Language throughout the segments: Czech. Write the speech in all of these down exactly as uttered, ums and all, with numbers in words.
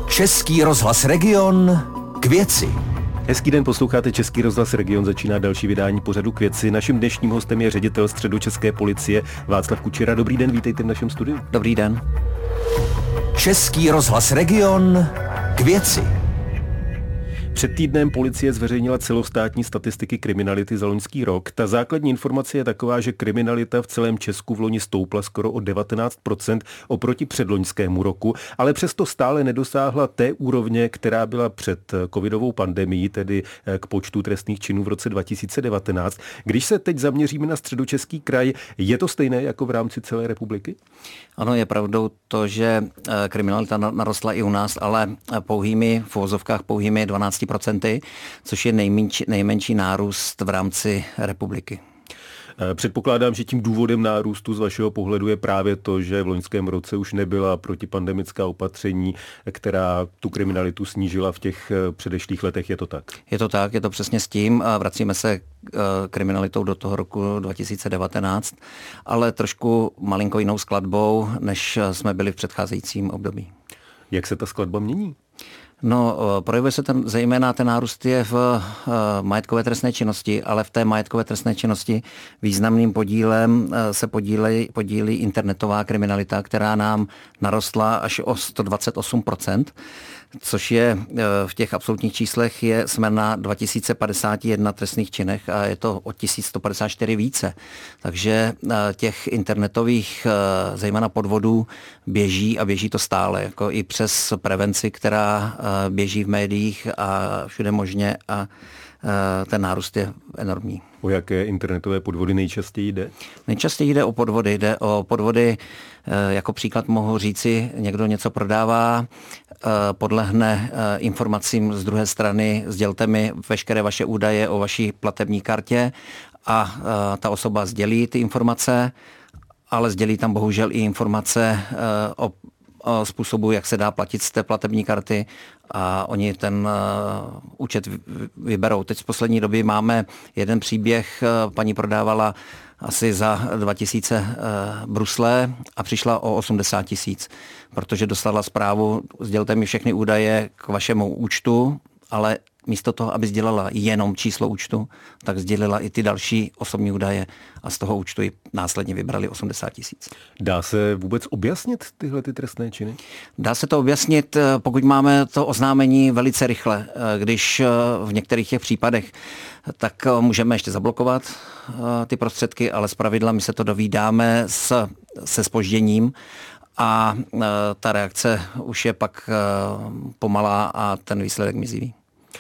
Český rozhlas Region k věci. Hezký den, posloucháte Český rozhlas Region, začíná další vydání pořadu k věci. Naším dnešním hostem je ředitel středočeské policie Václav Kučera. Dobrý den, vítejte v našem studiu. Dobrý den. Český rozhlas Region k věci. Před týdnem policie zveřejnila celostátní statistiky kriminality za loňský rok. Ta základní informace je taková, že kriminalita v celém Česku v loni stoupla skoro o devatenáct procent oproti předloňskému roku, ale přesto stále nedosáhla té úrovně, která byla před covidovou pandemií, tedy k počtu trestných činů v roce dva tisíce devatenáct. Když se teď zaměříme na Středočeský kraj, je to stejné jako v rámci celé republiky? Ano, je pravdou to, že kriminalita narostla i u nás, ale pouhými, v uvozovkách pouhými dvanáct procent, což je nejmenší, nejmenší nárůst v rámci republiky. Předpokládám, že tím důvodem nárůstu z vašeho pohledu je právě to, že v loňském roce už nebyla protipandemická opatření, která tu kriminalitu snížila v těch předešlých letech. Je to tak? Je to tak, je to přesně s tím. Vracíme se kriminalitou do toho roku dva tisíce devatenáct, ale trošku malinko jinou skladbou, než jsme byli v předcházejícím období. Jak se ta skladba mění? No, projevuje se ten, zejména ten nárůst je v uh, majetkové trestné činnosti, ale v té majetkové trestné činnosti významným podílem uh, se podílí, podílí internetová kriminalita, která nám narostla až o sto dvacet osm procent, což je uh, v těch absolutních číslech je, jsme na dva tisíce padesát jedna trestných činech a je to o tisíc sto padesát čtyři více. Takže uh, těch internetových uh, zejména podvodů běží a běží to stále, jako i přes prevenci, která uh, běží v médiích a všude možně a ten nárůst je enormní. O jaké internetové podvody nejčastěji jde? Nejčastěji jde o podvody. Jde o podvody, jako příklad mohu říci, někdo něco prodává, podlehne informacím z druhé strany, sdělte mi veškeré vaše údaje o vaší platební kartě a ta osoba sdělí ty informace, ale sdělí tam bohužel i informace o o způsobu, jak se dá platit z té platební karty a oni ten uh, účet vyberou. Teď z poslední doby máme jeden příběh, uh, paní prodávala asi za dva tisíce uh, brusle a přišla o osmdesát tisíc, protože dostala zprávu, sdělte mi všechny údaje k vašemu účtu, ale místo toho, aby sdělala jenom číslo účtu, tak sdělila i ty další osobní údaje a z toho účtu ji následně vybrali osmdesát tisíc. Dá se vůbec objasnit tyhle ty trestné činy? Dá se to objasnit, pokud máme to oznámení velice rychle. Když v některých těch případech, tak můžeme ještě zablokovat ty prostředky, ale zpravidla my se to dovídáme s, se zpožděním a ta reakce už je pak pomalá a ten výsledek mizivý.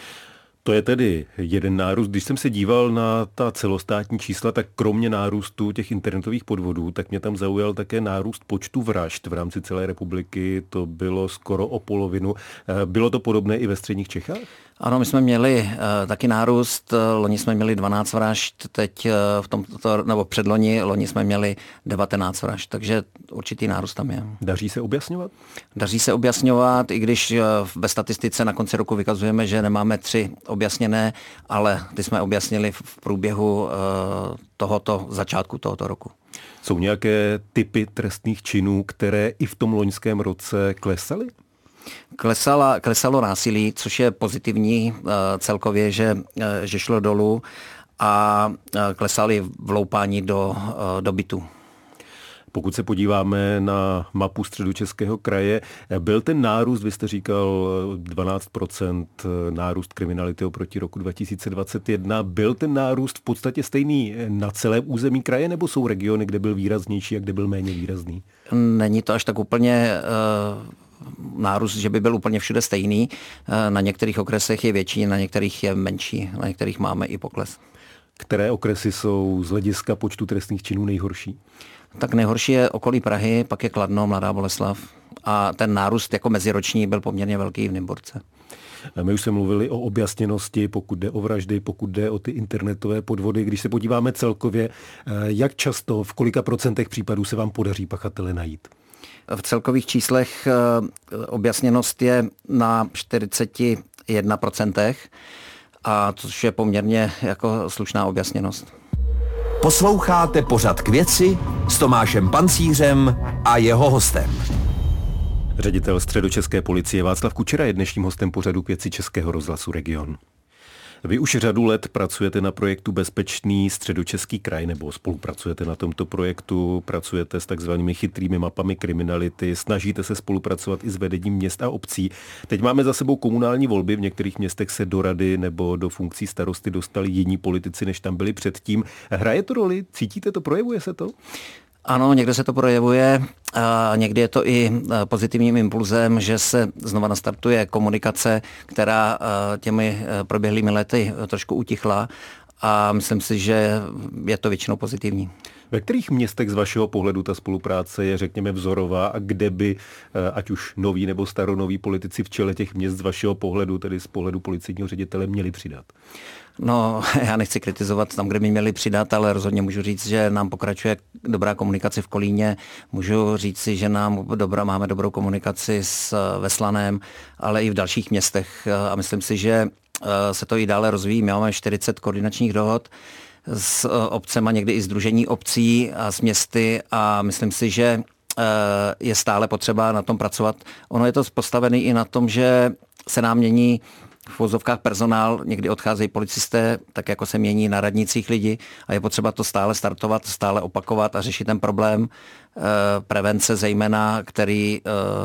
To je tedy jeden nárůst. Když jsem se díval na ta celostátní čísla, tak kromě nárůstu těch internetových podvodů, tak mě tam zaujal také nárůst počtu vražd v rámci celé republiky. To bylo skoro o polovinu. Bylo to podobné i ve středních Čechách? Ano, my jsme měli uh, taky nárůst. Loni jsme měli dvanáct vražd, teď uh, v tomto, nebo předloni, loni jsme měli devatenáct vražd, takže určitý nárůst tam je. Daří se objasňovat? Daří se objasňovat, i když uh, ve statistice na konci roku vykazujeme, že nemáme tři objasněné, ale ty jsme objasnili v průběhu uh, tohoto začátku tohoto roku. Jsou nějaké typy trestných činů, které i v tom loňském roce klesaly? Klesala, klesalo násilí, což je pozitivní uh, celkově, že, uh, že šlo dolů a uh, klesali vloupání do, uh, do bytu. Pokud se podíváme na mapu Středočeského kraje, byl ten nárůst, vy jste říkal dvanáct procent nárůst kriminality oproti roku dva tisíce dvacet jedna, byl ten nárůst v podstatě stejný na celém území kraje, nebo jsou regiony, kde byl výraznější a kde byl méně výrazný? Není to až tak úplně uh, nárůst, že by byl úplně všude stejný. Uh, na některých okresech je větší, na některých je menší, na některých máme i pokles. Které okresy jsou z hlediska počtu trestných činů nejhorší? Tak nejhorší je okolí Prahy, pak je Kladno, Mladá Boleslav a ten nárůst jako meziroční byl poměrně velký v Nymburce. My už jsme mluvili o objasněnosti, pokud jde o vraždy, pokud jde o ty internetové podvody. Když se podíváme celkově, jak často, v kolika procentech případů se vám podaří pachatele najít? V celkových číslech objasněnost je na čtyřicet jedna procent, a což je poměrně jako slušná objasněnost. Posloucháte pořad K věci s Tomášem Pancířem a jeho hostem. Ředitel středočeské policie Václav Kučera je dnešním hostem pořadu K věci Českého rozhlasu Region. Vy už řadu let pracujete na projektu Bezpečný středočeský kraj, nebo spolupracujete na tomto projektu, pracujete s takzvanými chytrými mapami kriminality, snažíte se spolupracovat i s vedením měst a obcí. Teď máme za sebou komunální volby, v některých městech se do rady nebo do funkcí starosty dostali jiní politici, než tam byli předtím. Hraje to roli? Cítíte to? Projevuje se to? Ano, někde se to projevuje a někdy je to i pozitivním impulzem, že se znova nastartuje komunikace, která těmi proběhlými lety trošku utichla a myslím si, že je to většinou pozitivní. Ve kterých městech z vašeho pohledu ta spolupráce je, řekněme, vzorová a kde by, ať už noví nebo staronoví politici v čele těch měst z vašeho pohledu, tedy z pohledu policejního ředitele, měli přidat? No, já nechci kritizovat tam, kde by měli přidat, ale rozhodně můžu říct, že nám pokračuje dobrá komunikace v Kolíně. Můžu říct si, že nám dobrá, máme dobrou komunikaci s Veslanem, ale i v dalších městech. A myslím si, že se to i dále rozvíjí. My máme čtyřicet koordinačních dohod s obcema, někdy i sdružení obcí a s městy a myslím si, že je stále potřeba na tom pracovat. Ono je to postavené i na tom, že se nám mění v vozovkách personál, někdy odcházejí policisté, tak jako se mění na radnicích lidi a je potřeba to stále startovat, stále opakovat a řešit ten problém prevence zejména, který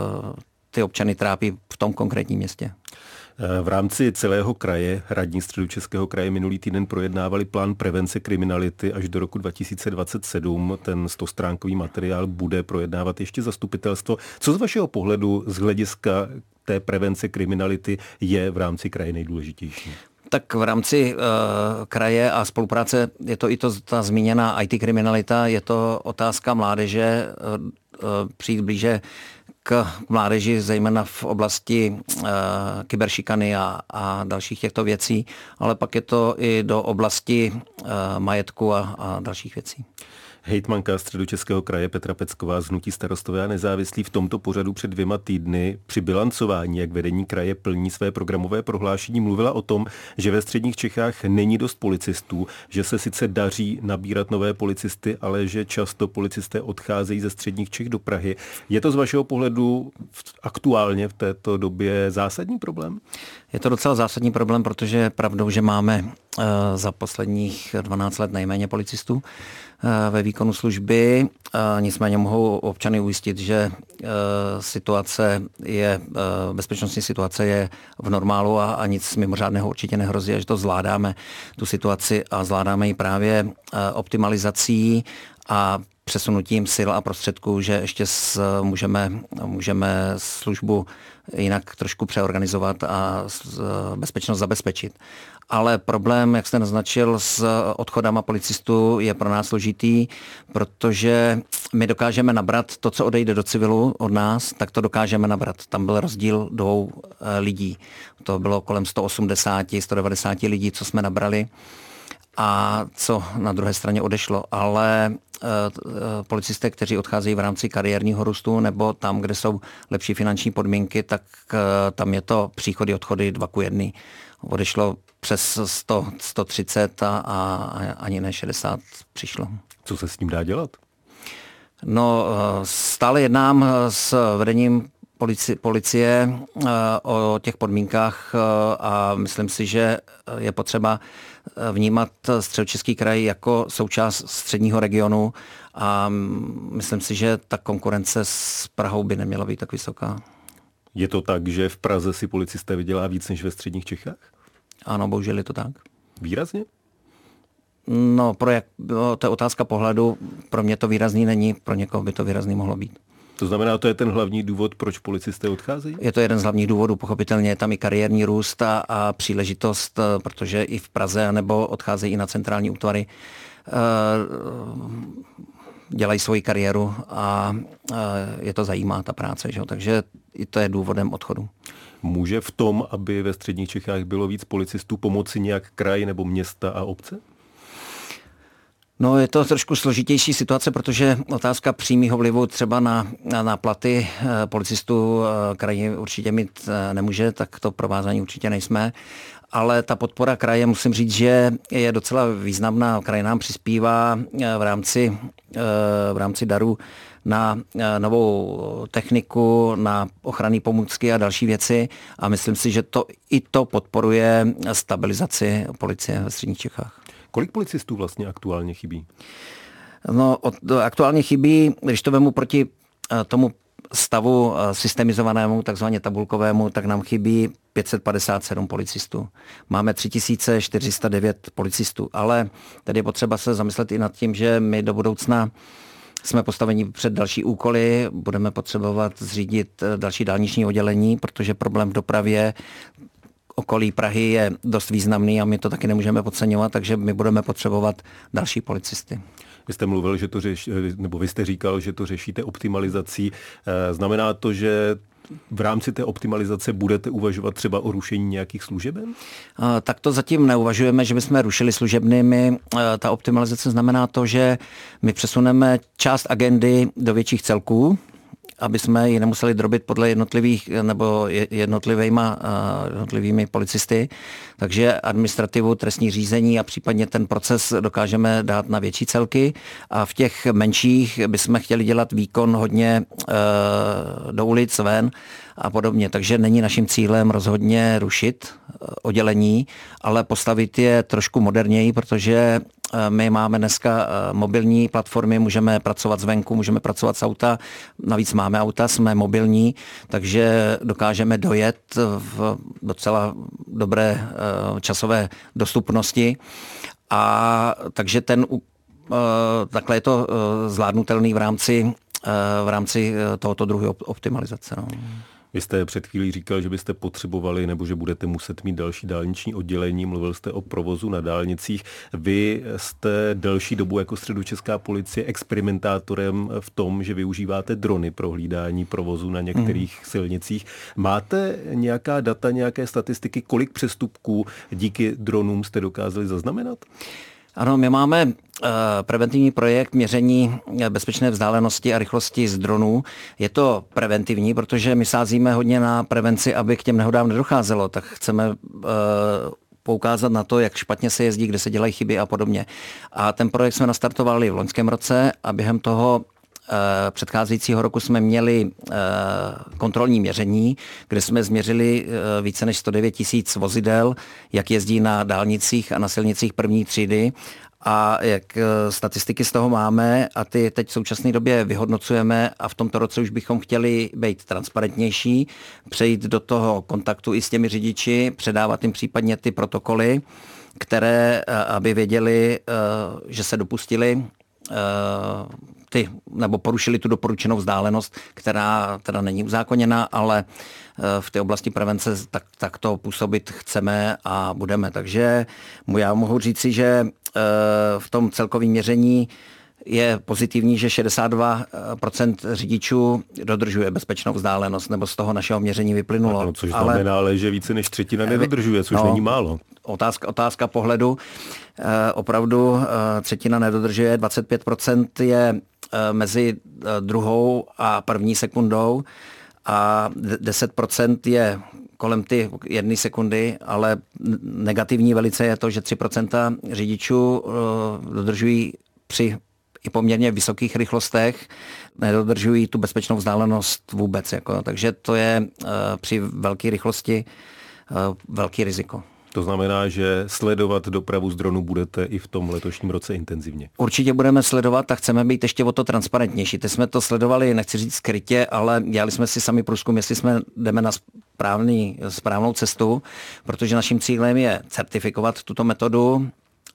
ty občany trápí v tom konkrétním městě. V rámci celého kraje, radní Středočeského kraje minulý týden projednávali plán prevence kriminality až do roku dva tisíce dvacet sedm. Ten stostránkový materiál bude projednávat ještě zastupitelstvo. Co z vašeho pohledu z hlediska té prevence kriminality je v rámci kraje nejdůležitější? Tak v rámci uh, kraje a spolupráce je to i to, ta zmíněná í té kriminalita, je to otázka mládeže, uh, uh, přijít blíže k mládeži, zejména v oblasti uh, kyberšikany a, a dalších těchto věcí, ale pak je to i do oblasti uh, majetku a, a dalších věcí. Hejtmanka Středočeského kraje Petra Pecková z hnutí Starostové a nezávislí v tomto pořadu před dvěma týdny při bilancování, jak vedení kraje plní své programové prohlášení, mluvila o tom, že ve středních Čechách není dost policistů, že se sice daří nabírat nové policisty, ale že často policisté odcházejí ze středních Čech do Prahy. Je to z vašeho pohledu aktuálně v této době zásadní problém? Je to docela zásadní problém, protože je pravdou, že máme uh, za posledních dvanáct let nejméně policistů ve výkonu služby. Nicméně mohou občany ujistit, že situace je, bezpečnostní situace je v normálu a, a nic mimořádného určitě nehrozí, a že to zvládáme, tu situaci a zvládáme ji právě optimalizací a přesunutím sil a prostředků, že ještě s, můžeme, můžeme službu jinak trošku přeorganizovat a bezpečnost zabezpečit. Ale problém, jak jste naznačil, s odchodama policistů je pro nás složitý, protože my dokážeme nabrat to, co odejde do civilu od nás, tak to dokážeme nabrat. Tam byl rozdíl dvou lidí. To bylo kolem sto osmdesát, sto devadesát lidí, co jsme nabrali a co na druhé straně odešlo. Ale policisté, kteří odcházejí v rámci kariérního růstu nebo tam, kde jsou lepší finanční podmínky, tak tam je to příchody, odchody dva ku jedný. Odešlo přes sto, sto třicet a, a ani ne šedesát přišlo. Co se s tím dá dělat? No, stále jednám s vedením policie, policie o těch podmínkách a myslím si, že je potřeba vnímat Středočeský kraj jako součást středního regionu a myslím si, že ta konkurence s Prahou by neměla být tak vysoká. Je to tak, že v Praze si policisté vydělá víc než ve středních Čechách? Ano, bohužel je to tak. Výrazně? No, pro jak, to je otázka pohledu. Pro mě to výrazný není, pro někoho by to výrazný mohlo být. To znamená, to je ten hlavní důvod, proč policisté odcházejí? Je to jeden z hlavních důvodů, pochopitelně je tam i kariérní růst a, a příležitost, protože i v Praze nebo odcházejí i na centrální útvary, dělají svoji kariéru a je to zajímá ta práce, že? Takže i to je důvodem odchodu. Může v tom, aby ve středních Čechách bylo víc policistů, pomoci nějak kraj nebo města a obce? No, je to trošku složitější situace, protože otázka přímého vlivu třeba na, na, na platy policistů kraj určitě mít nemůže, tak to provázání určitě nejsme. Ale ta podpora kraje, musím říct, že je docela významná. Kraj nám přispívá v rámci, v rámci darů na novou techniku, na ochranné pomůcky a další věci a myslím si, že to i to podporuje stabilizaci policie ve středních Čechách. Kolik policistů vlastně aktuálně chybí? No, od, aktuálně chybí, když to vemu proti tomu stavu systemizovanému, takzvaně tabulkovému, tak nám chybí pět set padesát sedm policistů. Máme tři tisíce čtyři sta devět policistů, ale tady je potřeba se zamyslet i nad tím, že my do budoucna jsme postaveni před další úkoly, budeme potřebovat zřídit další dálniční oddělení, protože problém v dopravě okolí Prahy je dost významný a my to taky nemůžeme podceňovat, takže my budeme potřebovat další policisty. Vy jste mluvil, že to řeš, nebo vy jste říkal, že to řešíte optimalizací. Znamená to, že v rámci té optimalizace budete uvažovat třeba o rušení nějakých služeben? Tak to zatím neuvažujeme, že bychom rušili služebnými. Ta optimalizace znamená to, že my přesuneme část agendy do větších celků, aby jsme ji nemuseli drobit podle jednotlivých nebo jednotlivýma, jednotlivými policisty. Takže administrativu, trestní řízení a případně ten proces dokážeme dát na větší celky a v těch menších bychom chtěli dělat výkon hodně do ulic, ven a podobně. Takže není naším cílem rozhodně rušit oddělení, ale postavit je trošku moderněji, protože my máme dneska mobilní platformy, můžeme pracovat zvenku, můžeme pracovat z auta, navíc máme auta, jsme mobilní, takže dokážeme dojet v docela dobré časové dostupnosti a takže ten takhle je to zvládnutelný v rámci, v rámci tohoto druhu optimalizace. No. Vy jste před chvílí říkal, že byste potřebovali nebo že budete muset mít další dálniční oddělení. Mluvil jste o provozu na dálnicích. Vy jste delší dobu jako Středočeská policie experimentátorem v tom, že využíváte drony pro hlídání provozu na některých mm. silnicích. Máte nějaká data, nějaké statistiky, kolik přestupků díky dronům jste dokázali zaznamenat? Ano, my máme uh, preventivní projekt měření bezpečné vzdálenosti a rychlosti z dronů. Je to preventivní, protože my sázíme hodně na prevenci, aby k těm nehodám nedocházelo. Tak chceme uh, poukázat na to, jak špatně se jezdí, kde se dělají chyby a podobně. A ten projekt jsme nastartovali v loňském roce a během toho předcházejícího roku jsme měli kontrolní měření, kde jsme změřili více než sto devět tisíc vozidel, jak jezdí na dálnicích a na silnicích první třídy. A jak statistiky z toho máme a ty teď v současné době vyhodnocujeme a v tomto roce už bychom chtěli být transparentnější, přejít do toho kontaktu i s těmi řidiči, předávat jim případně ty protokoly, které, aby věděli, že se dopustili ty, nebo porušili tu doporučenou vzdálenost, která teda není uzákoněna, ale v té oblasti prevence tak, tak to působit chceme a budeme. Takže já mohu říci, že v tom celkovém měření je pozitivní, že šedesát dva procent řidičů dodržuje bezpečnou vzdálenost, nebo z toho našeho měření vyplynulo. Ano, což ale, znamená, ale že více než třetina nedodržuje, což no, není málo. Otázka, otázka pohledu. E, opravdu e, třetina nedodržuje, dvacet pět procent je e, mezi druhou a první sekundou a deset procent je kolem ty jedné sekundy, ale negativní velice je to, že tři procenta řidičů e, dodržují při i poměrně vysokých rychlostech, nedodržují tu bezpečnou vzdálenost vůbec. Jako, takže to je uh, při velké rychlosti uh, velký riziko. To znamená, že sledovat dopravu z dronu budete i v tom letošním roce intenzivně. Určitě budeme sledovat a chceme být ještě o to transparentnější. Teď jsme to sledovali, nechci říct skrytě, ale dělali jsme si sami průzkum, jestli jsme jdeme na správný, správnou cestu, protože naším cílem je certifikovat tuto metodu.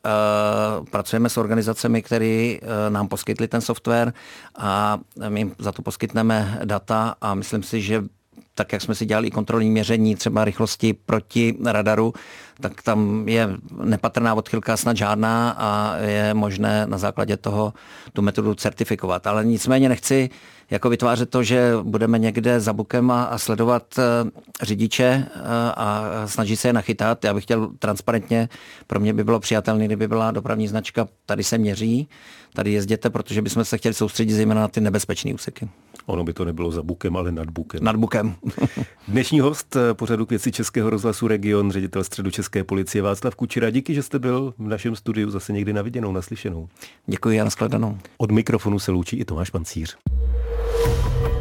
Uh, pracujeme s organizacemi, které uh, nám poskytly ten software a my za to poskytneme data a myslím si, že tak, jak jsme si dělali i kontrolní měření třeba rychlosti proti radaru, tak tam je nepatrná odchylka, snad žádná a je možné na základě toho tu metodu certifikovat. Ale nicméně nechci jako vytvářet to, že budeme někde za bukem a, a sledovat uh, řidiče uh, a snažit se je nachytat. Já bych chtěl transparentně, pro mě by bylo přijatelné, kdyby byla dopravní značka, tady se měří, tady jezděte, protože bychom se chtěli soustředit zejména na ty nebezpečné úseky. Ono by to nebylo za bukem, ale nad bukem. Nad bukem. Dnešní host pořadu K věci Českého rozhlasu Region, ředitel Středočeské policie Václav Kučera. Díky, že jste byl v našem studiu zase někdy na viděnou, naslyšenou. Děkuji a nashledanou. Od mikrofonu se loučí i Tomáš Pancíř.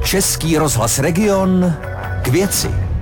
Český rozhlas Region k věci.